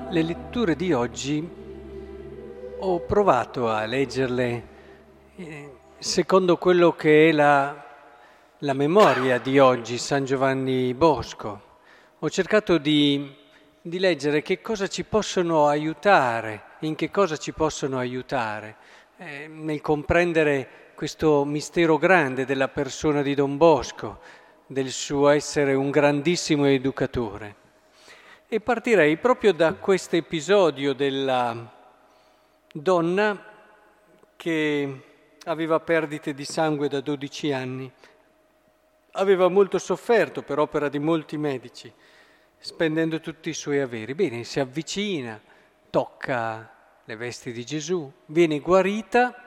Le letture di oggi ho provato a leggerle secondo quello che è la memoria di oggi, San Giovanni Bosco. Ho cercato di leggere che cosa ci possono aiutare, in che cosa ci possono aiutare nel comprendere questo mistero grande della persona di Don Bosco, del suo essere un grandissimo educatore. E partirei proprio da questo episodio della donna che aveva perdite di sangue da 12 anni. Aveva molto sofferto per opera di molti medici, spendendo tutti i suoi averi. Bene, si avvicina, tocca le vesti di Gesù, viene guarita,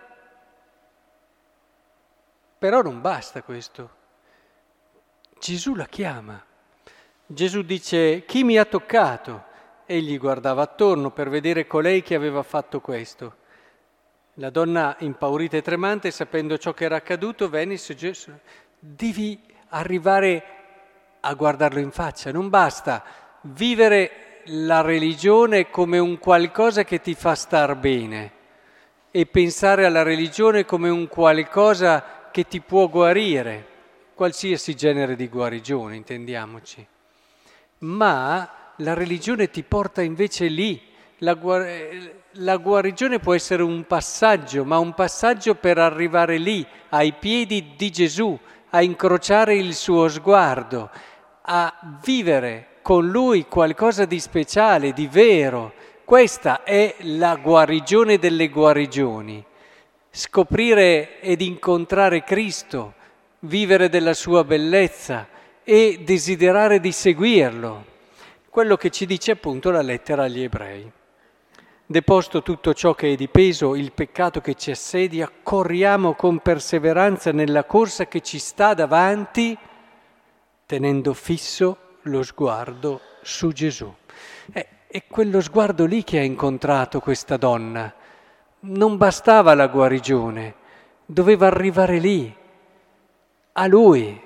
però non basta questo. Gesù la chiama. Gesù dice: chi mi ha toccato? Egli guardava attorno per vedere colei che aveva fatto questo. La donna, impaurita e tremante, sapendo ciò che era accaduto, venne e Gesù: devi arrivare a guardarlo in faccia, non basta vivere la religione come un qualcosa che ti fa star bene e pensare alla religione come un qualcosa che ti può guarire, qualsiasi genere di guarigione, intendiamoci. Ma la religione ti porta invece lì. La guarigione può essere un passaggio, ma un passaggio per arrivare lì, ai piedi di Gesù, a incrociare il suo sguardo, a vivere con Lui qualcosa di speciale, di vero. Questa è la guarigione delle guarigioni. Scoprire ed incontrare Cristo, vivere della sua bellezza e desiderare di seguirlo. Quello che ci dice appunto la lettera agli Ebrei. Deposto tutto ciò che è di peso, il peccato che ci assedia, corriamo con perseveranza nella corsa che ci sta davanti, tenendo fisso lo sguardo su Gesù. È quello sguardo lì che ha incontrato questa donna. Non bastava la guarigione, doveva arrivare lì, a Lui.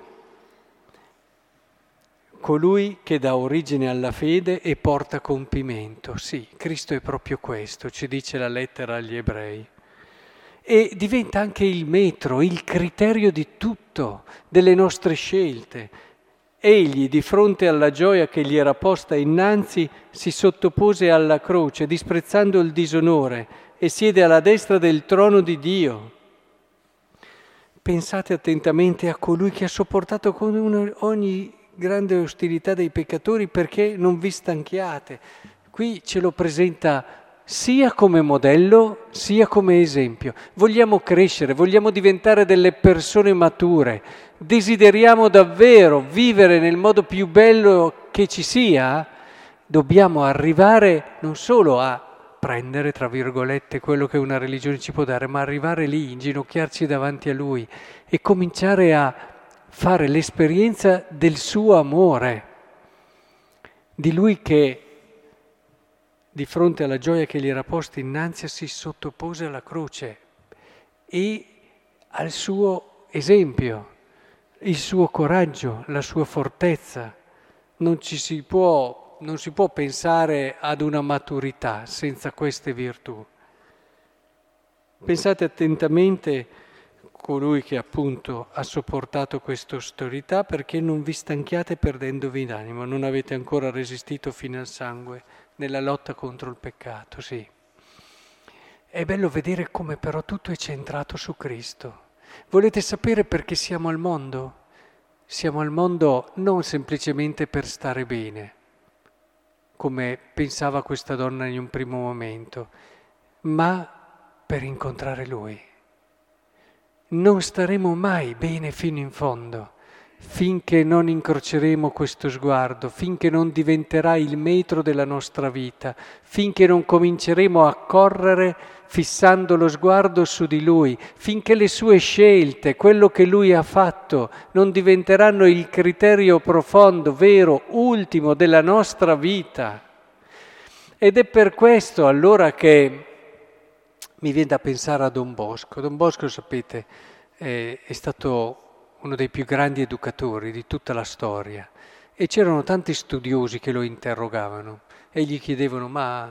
Colui che dà origine alla fede e porta compimento. Sì, Cristo è proprio questo, ci dice la lettera agli Ebrei. E diventa anche il metro, il criterio di tutto, delle nostre scelte. Egli, di fronte alla gioia che gli era posta innanzi, si sottopose alla croce, disprezzando il disonore, e siede alla destra del trono di Dio. Pensate attentamente a colui che ha sopportato con ogni grande ostilità dei peccatori perché non vi stanchiate. Qui ce lo presenta sia come modello sia come esempio. Vogliamo crescere, vogliamo diventare delle persone mature, desideriamo davvero vivere nel modo più bello che ci sia, dobbiamo arrivare non solo a prendere, tra virgolette, quello che una religione ci può dare, ma arrivare lì, inginocchiarci davanti a Lui e cominciare a fare l'esperienza del suo amore, di Lui che di fronte alla gioia che gli era posta innanzi si sottopose alla croce e al suo esempio, il suo coraggio, la sua fortezza. Non si può pensare ad una maturità senza queste virtù. Pensate attentamente colui che appunto ha sopportato questa austerità, perché non vi stanchiate perdendovi d'animo, non avete ancora resistito fino al sangue nella lotta contro il peccato, sì. È bello vedere come però tutto è centrato su Cristo. Volete sapere perché siamo al mondo? Siamo al mondo non semplicemente per stare bene, come pensava questa donna in un primo momento, ma per incontrare Lui. Non staremo mai bene fino in fondo, finché non incroceremo questo sguardo, finché non diventerà il metro della nostra vita, finché non cominceremo a correre fissando lo sguardo su di Lui, finché le sue scelte, quello che Lui ha fatto, non diventeranno il criterio profondo, vero, ultimo della nostra vita. Ed è per questo allora che mi viene da pensare a Don Bosco. Don Bosco, sapete, è stato uno dei più grandi educatori di tutta la storia e c'erano tanti studiosi che lo interrogavano. e gli chiedevano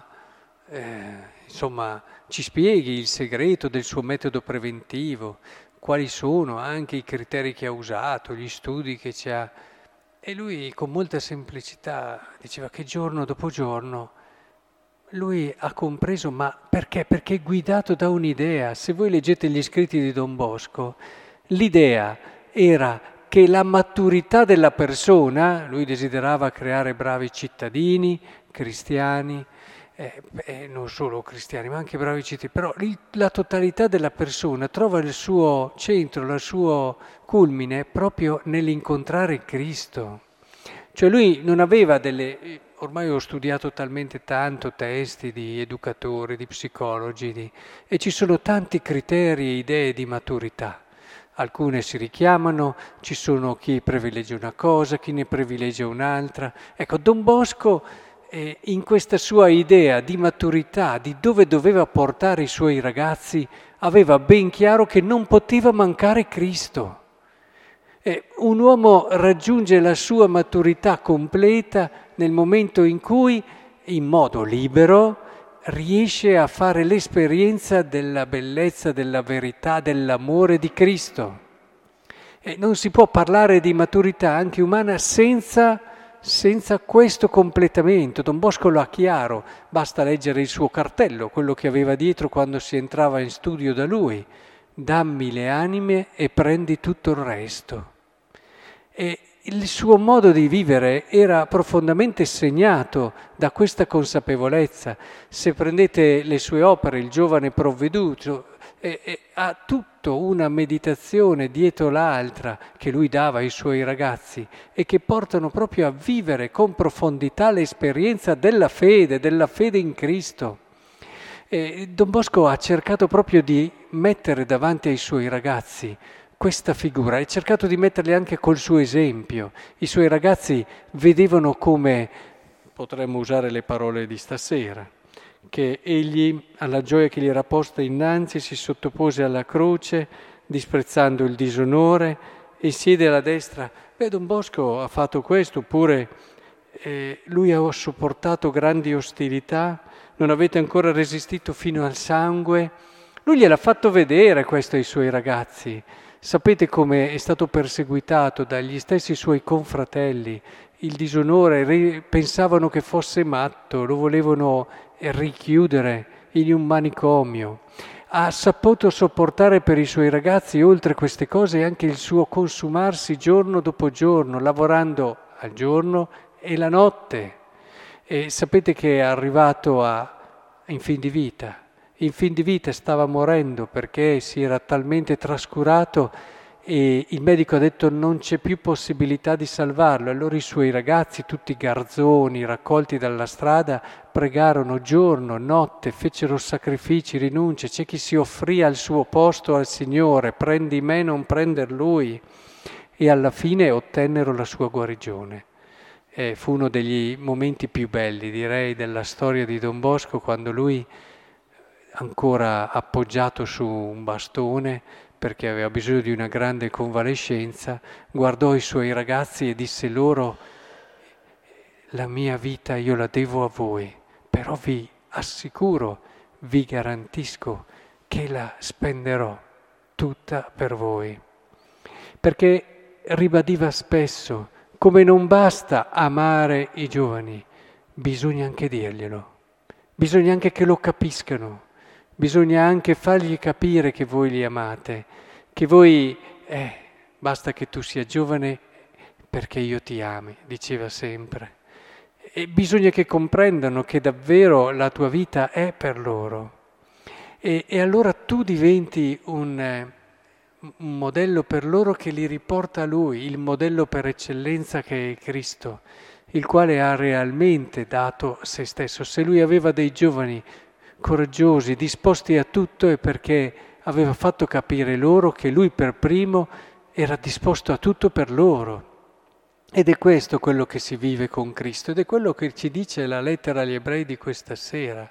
insomma ci spieghi il segreto del suo metodo preventivo, quali sono anche i criteri che ha usato, gli studi che ci ha... E lui con molta semplicità diceva che giorno dopo giorno lui ha compreso, ma perché? Perché è guidato da un'idea. Se voi leggete gli scritti di Don Bosco, l'idea era che la maturità della persona, lui desiderava creare bravi cittadini, cristiani, non solo cristiani, ma anche bravi cittadini, però la totalità della persona trova il suo centro, il suo culmine proprio nell'incontrare Cristo. Cioè lui non aveva ormai ho studiato talmente tanto testi di educatori, di psicologi, e ci sono tanti criteri e idee di maturità. Alcune si richiamano, ci sono chi privilegia una cosa, chi ne privilegia un'altra. Ecco, Don Bosco in questa sua idea di maturità, di dove doveva portare i suoi ragazzi, aveva ben chiaro che non poteva mancare Cristo. Un uomo raggiunge la sua maturità completa nel momento in cui, in modo libero, riesce a fare l'esperienza della bellezza, della verità, dell'amore di Cristo. E non si può parlare di maturità anche umana senza questo completamento. Don Bosco lo ha chiaro, basta leggere il suo cartello, quello che aveva dietro quando si entrava in studio da lui. Dammi le anime e prendi tutto il resto. E il suo modo di vivere era profondamente segnato da questa consapevolezza. Se prendete le sue opere, Il giovane provveduto, ha tutto una meditazione dietro l'altra che lui dava ai suoi ragazzi e che portano proprio a vivere con profondità l'esperienza della fede in Cristo. Don Bosco ha cercato proprio di mettere davanti ai suoi ragazzi questa figura, ha cercato di metterli anche col suo esempio. I suoi ragazzi vedevano come, potremmo usare le parole di stasera, che egli, alla gioia che gli era posta innanzi, si sottopose alla croce, disprezzando il disonore, e siede alla destra. Don Bosco ha fatto questo, oppure lui ha sopportato grandi ostilità, non avete ancora resistito fino al sangue. Lui gliel'ha fatto vedere questo ai suoi ragazzi. Sapete come è stato perseguitato dagli stessi suoi confratelli, il disonore, pensavano che fosse matto, lo volevano richiudere in un manicomio. Ha saputo sopportare per i suoi ragazzi, oltre queste cose, anche il suo consumarsi giorno dopo giorno, lavorando al giorno e la notte. E sapete che è arrivato in fin di vita. In fin di vita stava morendo perché si era talmente trascurato e il medico ha detto non c'è più possibilità di salvarlo. Allora i suoi ragazzi, tutti garzoni, raccolti dalla strada, pregarono giorno, notte, fecero sacrifici, rinunce. C'è chi si offrì al suo posto al Signore, prendi me, non prender lui. E alla fine ottennero la sua guarigione. Fu uno degli momenti più belli, direi, della storia di Don Bosco, quando lui, ancora appoggiato su un bastone perché aveva bisogno di una grande convalescenza, guardò i suoi ragazzi e disse loro: la mia vita io la devo a voi, però vi assicuro, vi garantisco che la spenderò tutta per voi. Perché ribadiva spesso, come non basta amare i giovani, bisogna anche dirglielo, bisogna anche che lo capiscano. Bisogna anche fargli capire che voi li amate, che voi, basta che tu sia giovane perché io ti ami, diceva sempre. E bisogna che comprendano che davvero la tua vita è per loro. E allora tu diventi un modello per loro che li riporta a Lui, il modello per eccellenza che è Cristo, il quale ha realmente dato se stesso. Se Lui aveva dei giovani coraggiosi, disposti a tutto, è perché aveva fatto capire loro che lui per primo era disposto a tutto per loro. Ed è questo quello che si vive con Cristo, ed è quello che ci dice la lettera agli Ebrei di questa sera.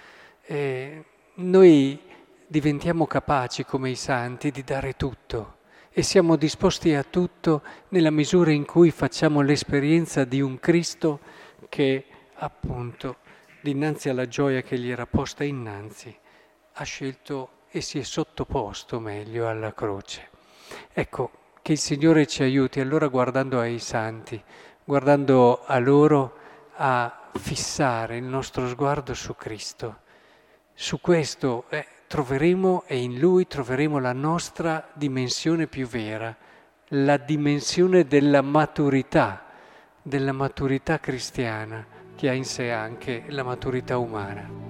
Noi diventiamo capaci come i santi di dare tutto e siamo disposti a tutto nella misura in cui facciamo l'esperienza di un Cristo che appunto, dinanzi alla gioia che gli era posta innanzi, ha scelto e si è sottoposto meglio alla croce. Ecco, che il Signore ci aiuti allora guardando ai santi, guardando a loro, a fissare il nostro sguardo su Cristo. Su questo troveremo e in Lui troveremo la nostra dimensione più vera, la dimensione della maturità cristiana, che ha in sé anche la maturità umana.